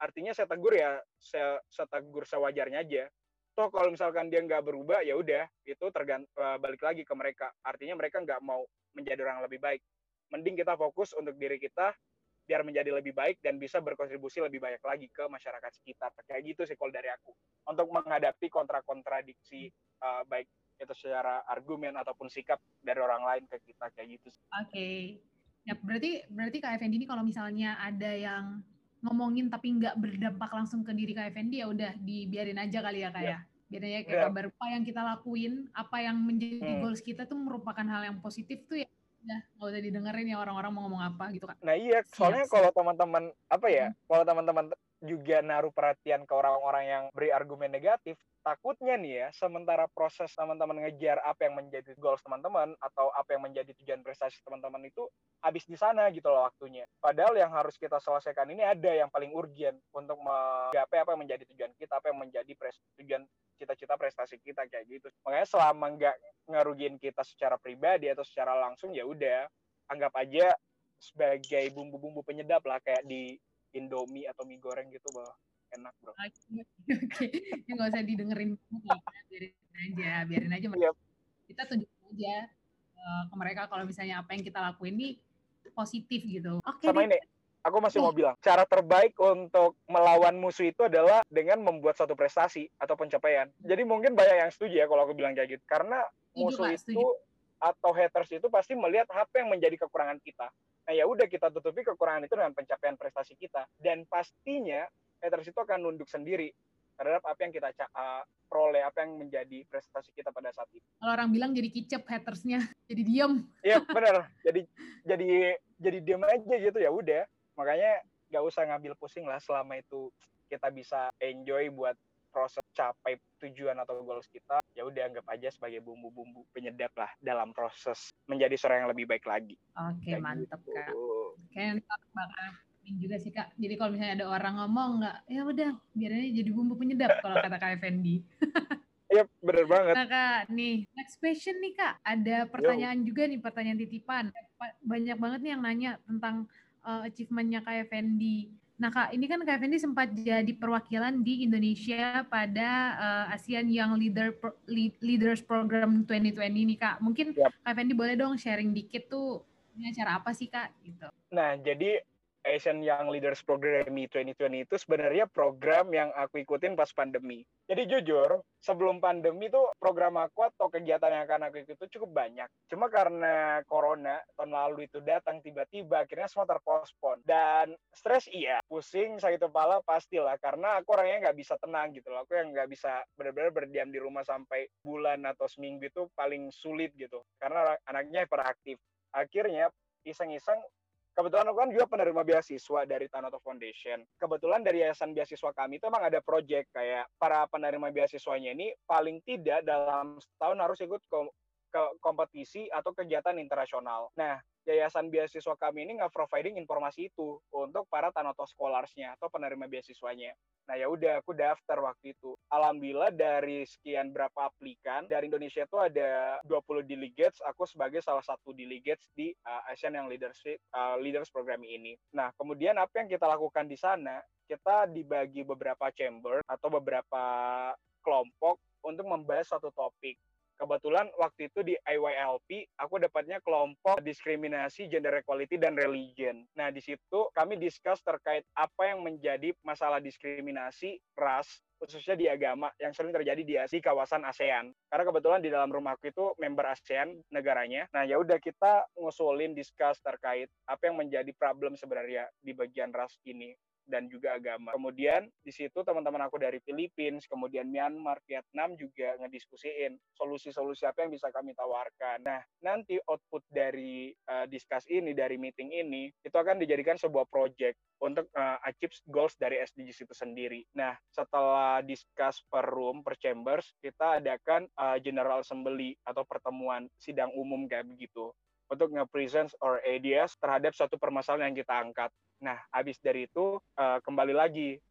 artinya saya tegur ya saya, saya tegur sewajarnya aja. Toh kalau misalkan dia nggak berubah, ya udah itu tergant uh, balik lagi ke mereka. Artinya mereka nggak mau menjadi orang lebih baik. Mending kita fokus untuk diri kita biar menjadi lebih baik dan bisa berkontribusi lebih banyak lagi ke masyarakat sekitar. Kayak gitu sih kalau dari aku. Untuk menghadapi kontra-kontradiksi uh, baik itu secara argumen ataupun sikap dari orang lain ke kita kayak gitu. Oke. Okay. Ya berarti berarti Kak Effendi ini kalau misalnya ada yang ngomongin tapi nggak berdampak langsung ke diri Kak Effendi, ya udah dibiarin aja kali ya Kak ya. Biarin aja kayak kabar apa yang kita lakuin, apa yang menjadi hmm. goals kita tuh merupakan hal yang positif tuh ya. Ya, nggak usah didengerin ya orang-orang mau ngomong apa gitu Kak. Nah iya, soalnya kalau teman-teman apa ya, hmm. kalau teman-teman juga naruh perhatian ke orang-orang yang beri argumen negatif, takutnya nih ya, sementara proses teman-teman ngejar apa yang menjadi goals teman-teman atau apa yang menjadi tujuan prestasi teman-teman itu habis di sana gitu loh waktunya. Padahal yang harus kita selesaikan ini ada yang paling urgent untuk menggapai apa yang menjadi tujuan kita, apa yang menjadi pres- tujuan cita-cita prestasi kita kayak gitu. Makanya selama nggak ngerugiin kita secara pribadi atau secara langsung, ya udah anggap aja sebagai bumbu-bumbu penyedap lah kayak di Indomie atau mie goreng gitu, bah enak bro. Oke, oke, ya nggak usah didengerin, biarin aja, biarin aja. Yep. Kita tunjukin aja uh, ke mereka kalau misalnya apa yang kita lakuin ini positif gitu. Oke. Sama deh. Ini, aku masih oh. mau bilang, cara terbaik untuk melawan musuh itu adalah dengan membuat suatu prestasi atau pencapaian. Jadi mungkin banyak yang setuju ya kalau aku bilang kayak gitu, karena setuju, musuh Pak, itu setuju. Atau haters itu pasti melihat apa yang menjadi kekurangan kita. Nah ya udah kita tutupi kekurangan itu dengan pencapaian prestasi kita, dan pastinya haters itu akan nunduk sendiri terhadap apa yang kita uh, peroleh, apa yang menjadi prestasi kita pada saat itu. Kalau orang bilang jadi kicep hatersnya, jadi diem. Iya benar, jadi jadi jadi diem aja gitu ya udah. Makanya nggak usah ngambil pusing lah selama itu kita bisa enjoy buat proses capai tujuan atau goals kita, ya udah anggap aja sebagai bumbu-bumbu penyedap lah dalam proses menjadi seorang yang lebih baik lagi. Oke, mantap gitu. Kak. Kayaknya bakal juga sih Kak. Jadi kalau misalnya ada orang ngomong nggak, ya udah biar aja jadi bumbu penyedap kalau kata Kak Effendi. Iya, bener banget. Nah Kak, nih next question nih Kak. Ada pertanyaan Yo. juga nih, pertanyaan titipan. Banyak banget nih yang nanya tentang uh, achievement-nya Kak Effendi. Nah Kak, ini kan Kak Effendi sempat jadi perwakilan di Indonesia pada uh, ASEAN Young Leader Pro, Leaders Program dua ribu dua puluh nih Kak. Mungkin yep. Kak Effendi boleh dong sharing dikit tuh, ini acara apa sih Kak? Gitu. Nah, jadi Asian Young Leaders Program dua ribu dua puluh itu sebenarnya program yang aku ikutin pas pandemi. Jadi jujur, sebelum pandemi tuh program aku atau kegiatan yang akan aku ikuti cukup banyak. Cuma karena corona tahun lalu itu datang tiba-tiba, akhirnya semua terpospon. Dan stres iya, pusing, sakit kepala pastilah. Karena aku orangnya nggak bisa tenang gitu loh. Aku yang nggak bisa benar-benar berdiam di rumah sampai bulan atau seminggu itu paling sulit gitu. Karena anaknya hiperaktif. Akhirnya iseng-iseng, kebetulan aku kan juga penerima beasiswa dari Tanoto Foundation. Kebetulan dari yayasan beasiswa kami itu emang ada project kayak para penerima beasiswanya ini paling tidak dalam setahun harus ikut ke, ke kompetisi atau kegiatan internasional. Nah, yayasan beasiswa kami ini nge-providing informasi itu untuk para Tanoto Scholars-nya atau penerima beasiswanya. Nah ya udah aku daftar waktu itu. Alhamdulillah dari sekian berapa aplikan dari Indonesia itu ada dua puluh delegates. Aku sebagai salah satu delegates di uh, Asian Young Leadership uh, Leaders Program ini. Nah kemudian apa yang kita lakukan di sana? Kita dibagi beberapa chamber atau beberapa kelompok untuk membahas suatu topik. Kebetulan waktu itu di I Y L P aku dapatnya kelompok diskriminasi, gender equality, dan religion. Nah di situ kami discuss terkait apa yang menjadi masalah diskriminasi ras khususnya di agama yang sering terjadi di, di kawasan ASEAN. Karena kebetulan di dalam rumahku itu member ASEAN negaranya. Nah ya udah kita ngusulin discuss terkait apa yang menjadi problem sebenarnya di bagian ras ini dan juga agama. Kemudian di situ teman-teman aku dari Filipina, kemudian Myanmar, Vietnam juga ngediskusiin solusi-solusi apa yang bisa kami tawarkan. Nah, nanti output dari uh, discuss ini, dari meeting ini, itu akan dijadikan sebuah project untuk uh, achieve goals dari S D Gs itu sendiri. Nah, setelah discuss per room, per chambers, kita adakan uh, General Assembly atau pertemuan sidang umum kayak begitu untuk nge-present our ideas terhadap suatu permasalahan yang kita angkat. Nah, habis dari itu uh, kembali lagi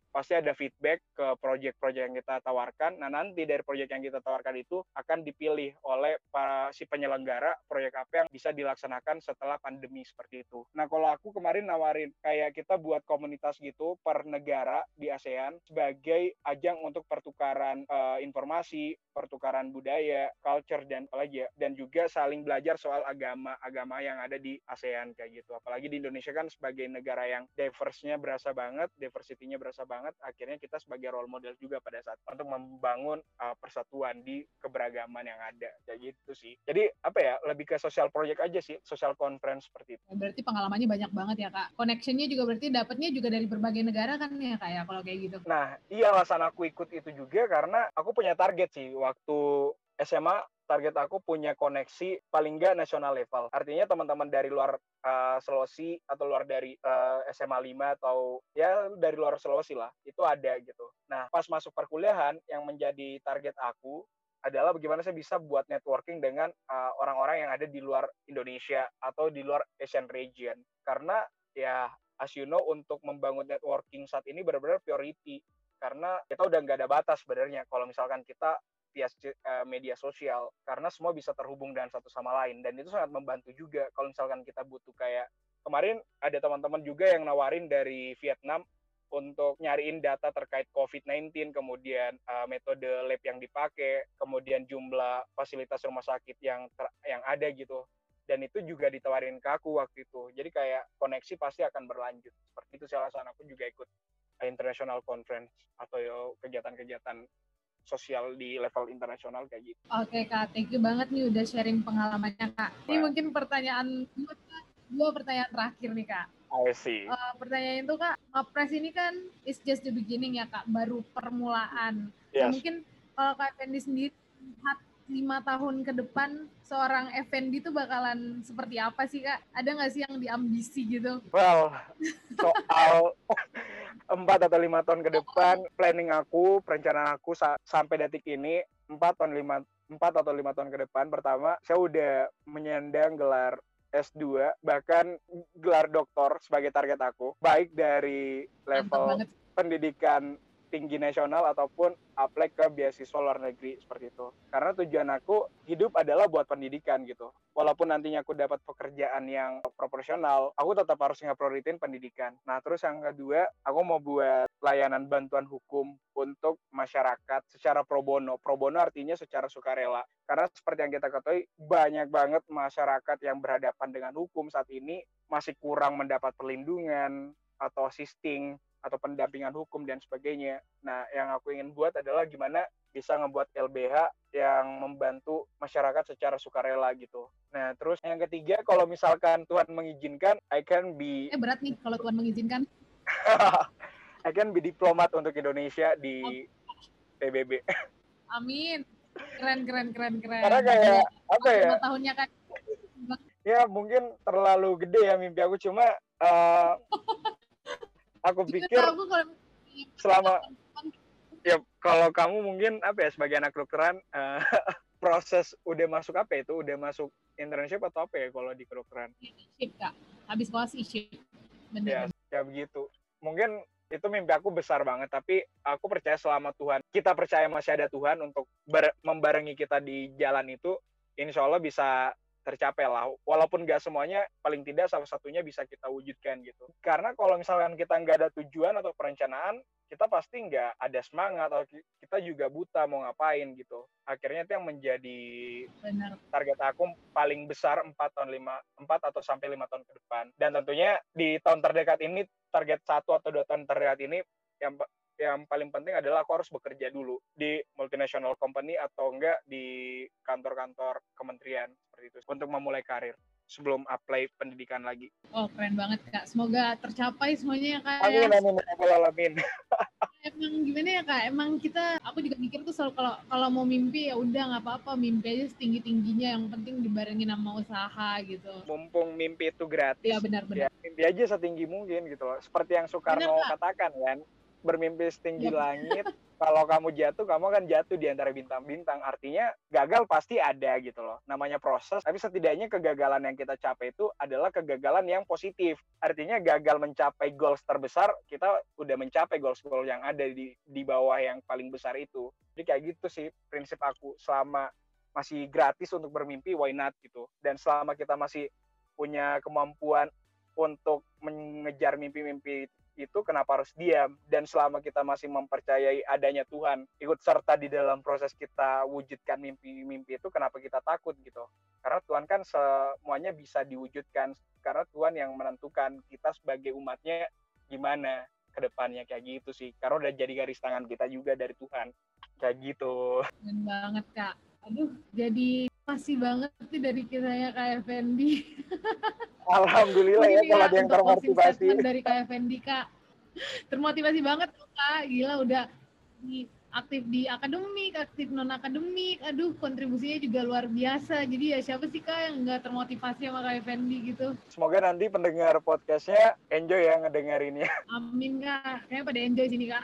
pasti ada feedback ke project-project yang kita tawarkan. Nah, nanti dari project yang kita tawarkan itu akan dipilih oleh para si penyelenggara proyek apa yang bisa dilaksanakan setelah pandemi seperti itu. Nah, kalau aku kemarin nawarin kayak kita buat komunitas gitu per negara di ASEAN sebagai ajang untuk pertukaran uh, informasi, pertukaran budaya, culture, dan apalagi ya, dan juga saling belajar soal agama-agama yang ada di ASEAN kayak gitu. Apalagi di Indonesia kan sebagai negara yang diverse-nya berasa banget, diversity-nya berasa banget, akhirnya kita sebagai role model juga pada saat untuk membangun uh, persatuan di keberagaman yang ada kayak gitu sih. Jadi apa ya, lebih ke social project aja sih, social conference seperti itu. Berarti pengalamannya banyak banget ya Kak. Connection-nya juga berarti dapatnya juga dari berbagai negara kan ya Kak ya kalau kayak gitu. Nah, iya alasan aku ikut itu juga karena aku punya target sih waktu S M A. Target aku punya koneksi paling nggak nasional level. Artinya teman-teman dari luar uh, Sulawesi atau luar dari uh, S M A lima atau ya dari luar Sulawesi lah, itu ada gitu. Nah, pas masuk perkuliahan yang menjadi target aku adalah bagaimana saya bisa buat networking dengan uh, orang-orang yang ada di luar Indonesia atau di luar Asian region. Karena ya as you know, untuk membangun networking saat ini benar-benar priority. Karena kita udah nggak ada batas sebenarnya kalau misalkan kita via uh, media sosial, karena semua bisa terhubung dengan satu sama lain, dan itu sangat membantu juga kalau misalkan kita butuh kayak kemarin ada teman-teman juga yang nawarin dari Vietnam untuk nyariin data terkait covid sembilan belas, kemudian uh, metode lab yang dipakai, kemudian jumlah fasilitas rumah sakit yang ter- yang ada gitu, dan itu juga ditawarin ke aku waktu itu. Jadi kayak koneksi pasti akan berlanjut seperti itu. Salah satu aku juga ikut international conference atau yo, kegiatan-kegiatan sosial di level internasional kayak gitu. Oke Kak, thank you banget nih udah sharing pengalamannya Kak. Ini Wow. mungkin pertanyaan dua pertanyaan terakhir nih Kak. I see. Uh, pertanyaan itu Kak, Ngapres ini kan is just the beginning ya Kak, baru permulaan. Yes. Nah, mungkin kalau Kak Effendi sendiri lihat lima tahun ke depan seorang Effendi itu bakalan seperti apa sih Kak? Ada nggak sih yang diambisi gitu? Well, soal empat atau lima tahun ke depan, planning aku, perencanaan aku sa- sampai detik ini empat tahun lima empat atau lima tahun ke depan. Pertama, saya udah menyandang gelar S dua, bahkan gelar doktor sebagai target aku, baik dari level pendidikan tinggi nasional ataupun apply ke beasiswa luar negeri seperti itu. Karena tujuan aku hidup adalah buat pendidikan gitu. Walaupun nantinya aku dapat pekerjaan yang proporsional, aku tetap harus nge-prioritin pendidikan. Nah, terus yang kedua, aku mau buat layanan bantuan hukum untuk masyarakat secara pro bono. Pro bono artinya secara sukarela. Karena seperti yang kita ketahui, banyak banget masyarakat yang berhadapan dengan hukum saat ini masih kurang mendapat perlindungan atau assisting atau pendampingan hukum dan sebagainya. Nah, yang aku ingin buat adalah gimana bisa ngebuat L B H yang membantu masyarakat secara sukarela gitu. Nah, terus yang ketiga, kalau misalkan Tuhan mengizinkan, I can be... Eh, berat nih kalau Tuhan mengizinkan. I can be diplomat untuk Indonesia di P B B. Amin. Keren, keren, keren, keren. Karena kayak, apa ya? lima tahunnya kan. Ya, mungkin terlalu gede ya mimpi aku, cuma... Uh, aku pikir aku kalau... selama ya kalau kamu mungkin apa ya sebagai anak kedokteran uh, proses udah masuk apa itu udah masuk internship atau apa ya kalau di kedokteran? Internship Kak, habis kelas internship. Ya, ya begitu. Mungkin itu mimpi aku besar banget, tapi aku percaya selama Tuhan, kita percaya masih ada Tuhan untuk ber- membarengi kita di jalan itu, insya Allah bisa tercapai lah, walaupun nggak semuanya, paling tidak salah satunya bisa kita wujudkan gitu. Karena kalau misalkan kita nggak ada tujuan atau perencanaan, kita pasti nggak ada semangat atau kita juga buta mau ngapain gitu. Akhirnya itu yang menjadi Benar. Target aku paling besar empat tahun lima empat atau sampai lima tahun ke depan. Dan tentunya di tahun terdekat ini, target satu atau dua tahun terdekat ini yang yang paling penting adalah aku harus bekerja dulu di multinational company atau enggak di kantor-kantor kementerian seperti itu untuk memulai karir sebelum apply pendidikan lagi. Oh, keren banget Kak. Semoga tercapai semuanya ya Kak. Amin, amin, amin. Emang gimana ya Kak? Emang kita, aku juga mikir tuh selalu kalau kalau mau mimpi ya udah nggak apa-apa, mimpi aja setinggi-tingginya, yang penting dibarengin sama usaha gitu. Mumpung mimpi itu gratis. Ya benar-benar. Ya, mimpi aja setinggi mungkin gitu loh. Seperti yang Soekarno benar, katakan kan. bermimpi setinggi Yap. langit. Kalau kamu jatuh, kamu akan jatuh di antara bintang-bintang. Artinya gagal pasti ada gitu loh. Namanya proses, tapi setidaknya kegagalan yang kita capai itu adalah kegagalan yang positif. Artinya gagal mencapai goals terbesar, kita udah mencapai goals-goals yang ada di di bawah yang paling besar itu. Jadi kayak gitu sih prinsip aku. Selama masih gratis untuk bermimpi, why not gitu. Dan selama kita masih punya kemampuan untuk mengejar mimpi-mimpi itu, kenapa harus diam? Dan selama kita masih mempercayai adanya Tuhan ikut serta di dalam proses kita wujudkan mimpi-mimpi itu, kenapa kita takut gitu? Karena Tuhan kan semuanya bisa diwujudkan, karena Tuhan yang menentukan kita sebagai umatnya gimana ke depannya, kayak gitu sih. Karena udah jadi garis tangan kita juga dari Tuhan. Kayak gitu. Keren banget Kak. Aduh, jadi pasti banget nih dari kisahnya Kak Effendi. Alhamdulillah ya kalau ada yang termotivasi. Dari Kak Effendi Kak, termotivasi banget tuh Kak. Gila udah di, aktif di akademik, aktif non akademik. Aduh, kontribusinya juga luar biasa. Jadi ya siapa sih Kak yang nggak termotivasi sama Kak Effendi gitu? Semoga nanti pendengar podcastnya enjoy ya ngedengerinnya. Amin Kak. Kayaknya pada enjoy sini Kak.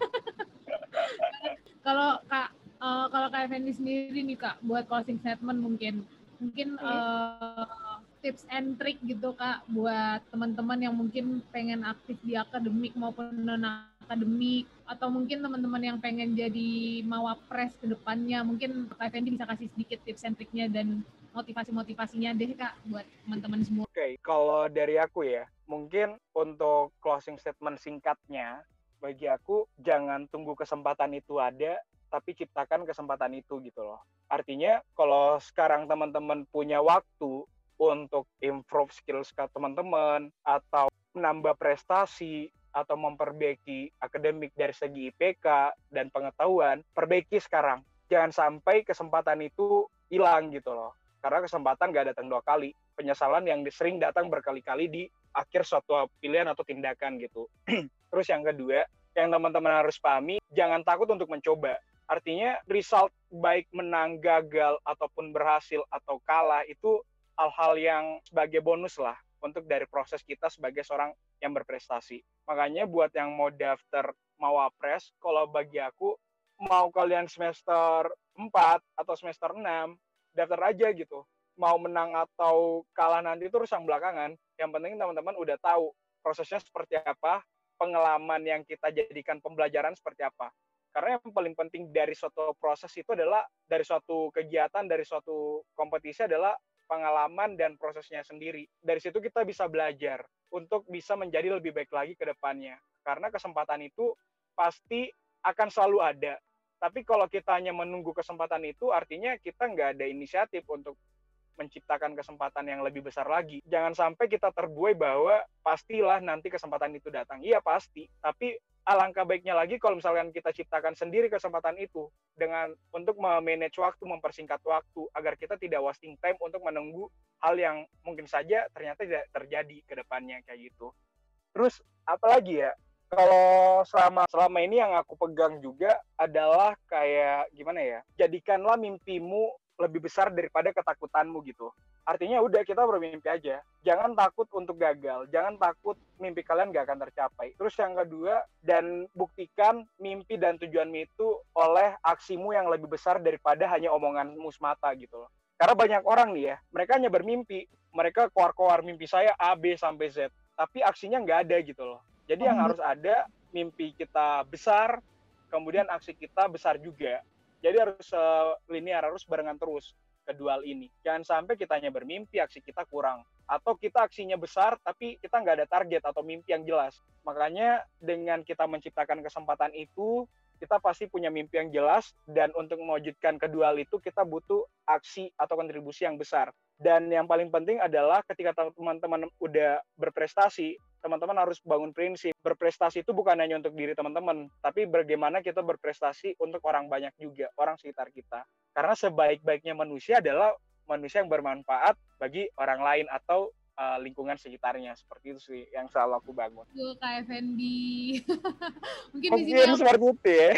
Kalau Kak Uh, kalau Kak Effendi sendiri nih Kak, buat closing statement mungkin, mungkin uh, tips and trick gitu Kak, buat teman-teman yang mungkin pengen aktif di akademik maupun non-akademik, atau mungkin teman-teman yang pengen jadi mawapres ke depannya, mungkin Kak Effendi bisa kasih sedikit tips and tricknya dan motivasi-motivasinya deh Kak, buat teman-teman semua. Oke, okay, kalau dari aku ya, mungkin untuk closing statement singkatnya, bagi aku jangan tunggu kesempatan itu ada, tapi ciptakan kesempatan itu gitu loh. Artinya kalau sekarang teman-teman punya waktu untuk improve skills ke teman-teman, atau menambah prestasi, atau memperbaiki akademik dari segi I P K dan pengetahuan, perbaiki sekarang. Jangan sampai kesempatan itu hilang gitu loh. Karena kesempatan gak datang dua kali. Penyesalan yang sering datang berkali-kali di akhir suatu pilihan atau tindakan gitu. Terus yang kedua, yang teman-teman harus pahami, jangan takut untuk mencoba. Artinya result baik menang, gagal, ataupun berhasil atau kalah itu hal-hal yang sebagai bonus lah untuk dari proses kita sebagai seorang yang berprestasi. Makanya buat yang mau daftar mawapres, kalau bagi aku mau kalian semester empat atau semester enam, daftar aja gitu. Mau menang atau kalah nanti itu urusan belakangan. Yang penting teman-teman udah tahu prosesnya seperti apa, pengalaman yang kita jadikan pembelajaran seperti apa. Karena yang paling penting dari suatu proses itu adalah, dari suatu kegiatan, dari suatu kompetisi adalah pengalaman dan prosesnya sendiri. Dari situ kita bisa belajar untuk bisa menjadi lebih baik lagi ke depannya. Karena kesempatan itu pasti akan selalu ada. Tapi kalau kita hanya menunggu kesempatan itu, artinya kita nggak ada inisiatif untuk menciptakan kesempatan yang lebih besar lagi. Jangan sampai kita terbuai bahwa pastilah nanti kesempatan itu datang. Iya pasti, tapi alangkah baiknya lagi kalau misalkan kita ciptakan sendiri kesempatan itu dengan untuk memanage waktu, mempersingkat waktu agar kita tidak wasting time untuk menunggu hal yang mungkin saja ternyata tidak terjadi ke depannya kayak gitu. Terus apalagi ya? Kalau selama selama ini yang aku pegang juga adalah kayak gimana ya? Jadikanlah mimpimu lebih besar daripada ketakutanmu gitu. Artinya udah, kita bermimpi aja. Jangan takut untuk gagal. Jangan takut mimpi kalian gak akan tercapai. Terus yang kedua, dan buktikan mimpi dan tujuanmu itu oleh aksimu yang lebih besar daripada hanya omonganmu semata gitu loh. Karena banyak orang nih ya, mereka hanya bermimpi. Mereka keluar-keluar mimpi saya A, B, sampai Z. Tapi aksinya nggak ada gitu loh. Jadi yang harus ada, mimpi kita besar, kemudian aksi kita besar juga. Jadi harus uh, linear, harus barengan terus kedua hal ini. Jangan sampai kita hanya bermimpi, aksi kita kurang. Atau kita aksinya besar, tapi kita nggak ada target atau mimpi yang jelas. Makanya dengan kita menciptakan kesempatan itu, kita pasti punya mimpi yang jelas. Dan untuk mewujudkan kedua hal itu, kita butuh aksi atau kontribusi yang besar. Dan yang paling penting adalah ketika teman-teman udah berprestasi, teman-teman harus bangun prinsip. Berprestasi itu bukan hanya untuk diri teman-teman, tapi bagaimana kita berprestasi untuk orang banyak juga, orang sekitar kita. Karena sebaik-baiknya manusia adalah manusia yang bermanfaat bagi orang lain atau uh, lingkungan sekitarnya. Seperti itu sih yang selalu aku bangun. Tuh Kak Effendi. Mungkin, Mungkin di sini aku, seperti itu ya.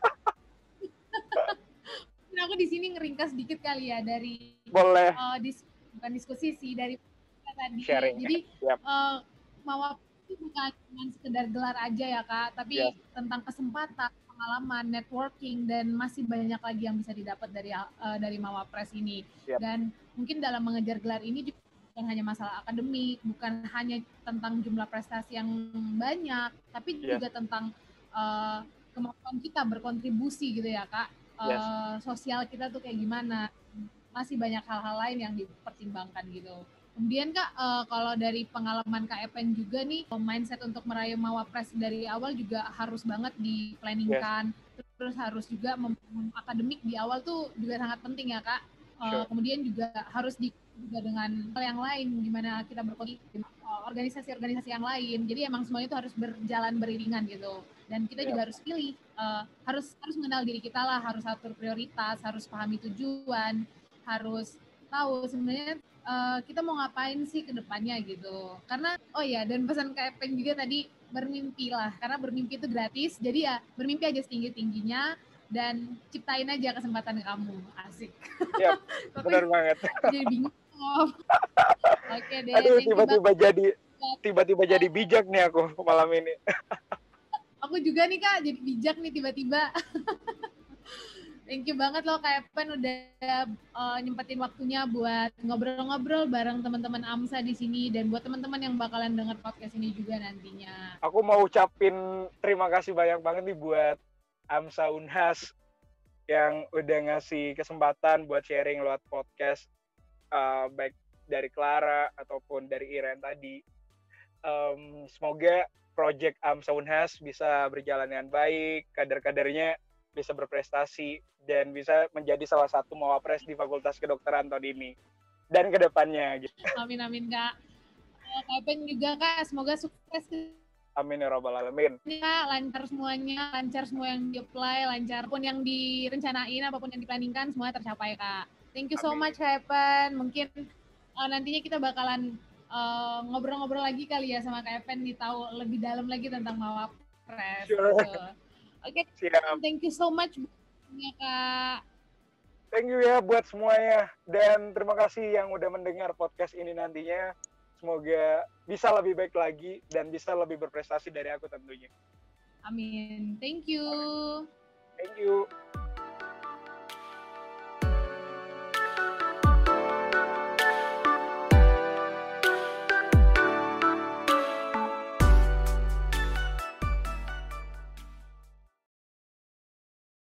mungkin aku di sini ngeringkas sedikit kali ya dari Boleh. Uh, dis, bukan diskusi sih, dari tadi. Sharing. Jadi Yep. uh, mau itu bukan cuma sekedar gelar aja ya Kak, tapi Yes. tentang kesempatan, pengalaman, networking, dan masih banyak lagi yang bisa didapat dari uh, dari Mawapres ini. Yep. Dan mungkin dalam mengejar gelar ini juga bukan hanya masalah akademik, bukan hanya tentang jumlah prestasi yang banyak, tapi Yes. juga tentang uh, kemampuan kita berkontribusi gitu ya Kak. Uh, Yes. Sosial kita tuh kayak gimana. Masih banyak hal-hal lain yang dipertimbangkan gitu. Kemudian Kak, uh, kalau dari pengalaman Kak Epen juga nih, mindset untuk meraih Mawapres dari awal juga harus banget di-planningkan. Yes. Terus harus juga membangun akademik di awal tuh juga sangat penting ya Kak. Uh, sure. Kemudian juga harus di juga dengan hal yang lain, gimana kita berkontribusi uh, organisasi-organisasi yang lain. Jadi emang semuanya itu harus berjalan beriringan gitu. Dan kita yeah. juga harus pilih, uh, harus harus mengenal diri kita lah, harus atur prioritas, harus pahami tujuan, harus tahu sebenarnya uh, kita mau ngapain sih ke depannya gitu. Karena oh ya, dan pesan Kak Epen juga tadi, bermimpi lah, karena bermimpi itu gratis. Jadi ya bermimpi aja setinggi-tingginya dan ciptain aja kesempatan kamu. Asik. Iya, benar banget. Jadi bingung. Oke deh. Aduh, tiba-tiba jadi tiba-tiba jadi bijak nih aku malam ini. Aku juga nih Kak, jadi bijak nih tiba-tiba. Thank you banget loh Kak Epen udah uh, nyempetin waktunya buat ngobrol-ngobrol bareng teman-teman AMSA di sini dan buat teman-teman yang bakalan denger podcast ini juga nantinya. Aku mau ucapin terima kasih banyak banget nih buat AMSA Unhas yang udah ngasih kesempatan buat sharing lewat podcast, uh, baik dari Clara ataupun dari Iren tadi. Um, semoga project AMSA Unhas bisa berjalan dengan baik, kader-kadernya bisa berprestasi, dan bisa menjadi salah satu Mawapres di Fakultas Kedokteran tahun ini dan kedepannya gitu. Amin amin Kak. Kak Epen juga Kak, semoga sukses. Amin ya rabbal alamin. Ya, lancar semuanya, lancar semua yang di-apply, lancar pun yang direncanain, apapun yang diplanningkan, semuanya tercapai Kak. Thank you so Amin. much Kak Epen. Mungkin uh, nantinya kita bakalan uh, ngobrol-ngobrol lagi kali ya sama Kak Epen, nih tahu lebih dalam lagi tentang Mawapres. Sure. Gitu. Oke, okay. Thank you so much ya Kak. Thank you ya buat semuanya, dan terima kasih yang udah mendengar podcast ini nantinya. Semoga bisa lebih baik lagi dan bisa lebih berprestasi dari aku tentunya. Amin. Thank you. Thank you.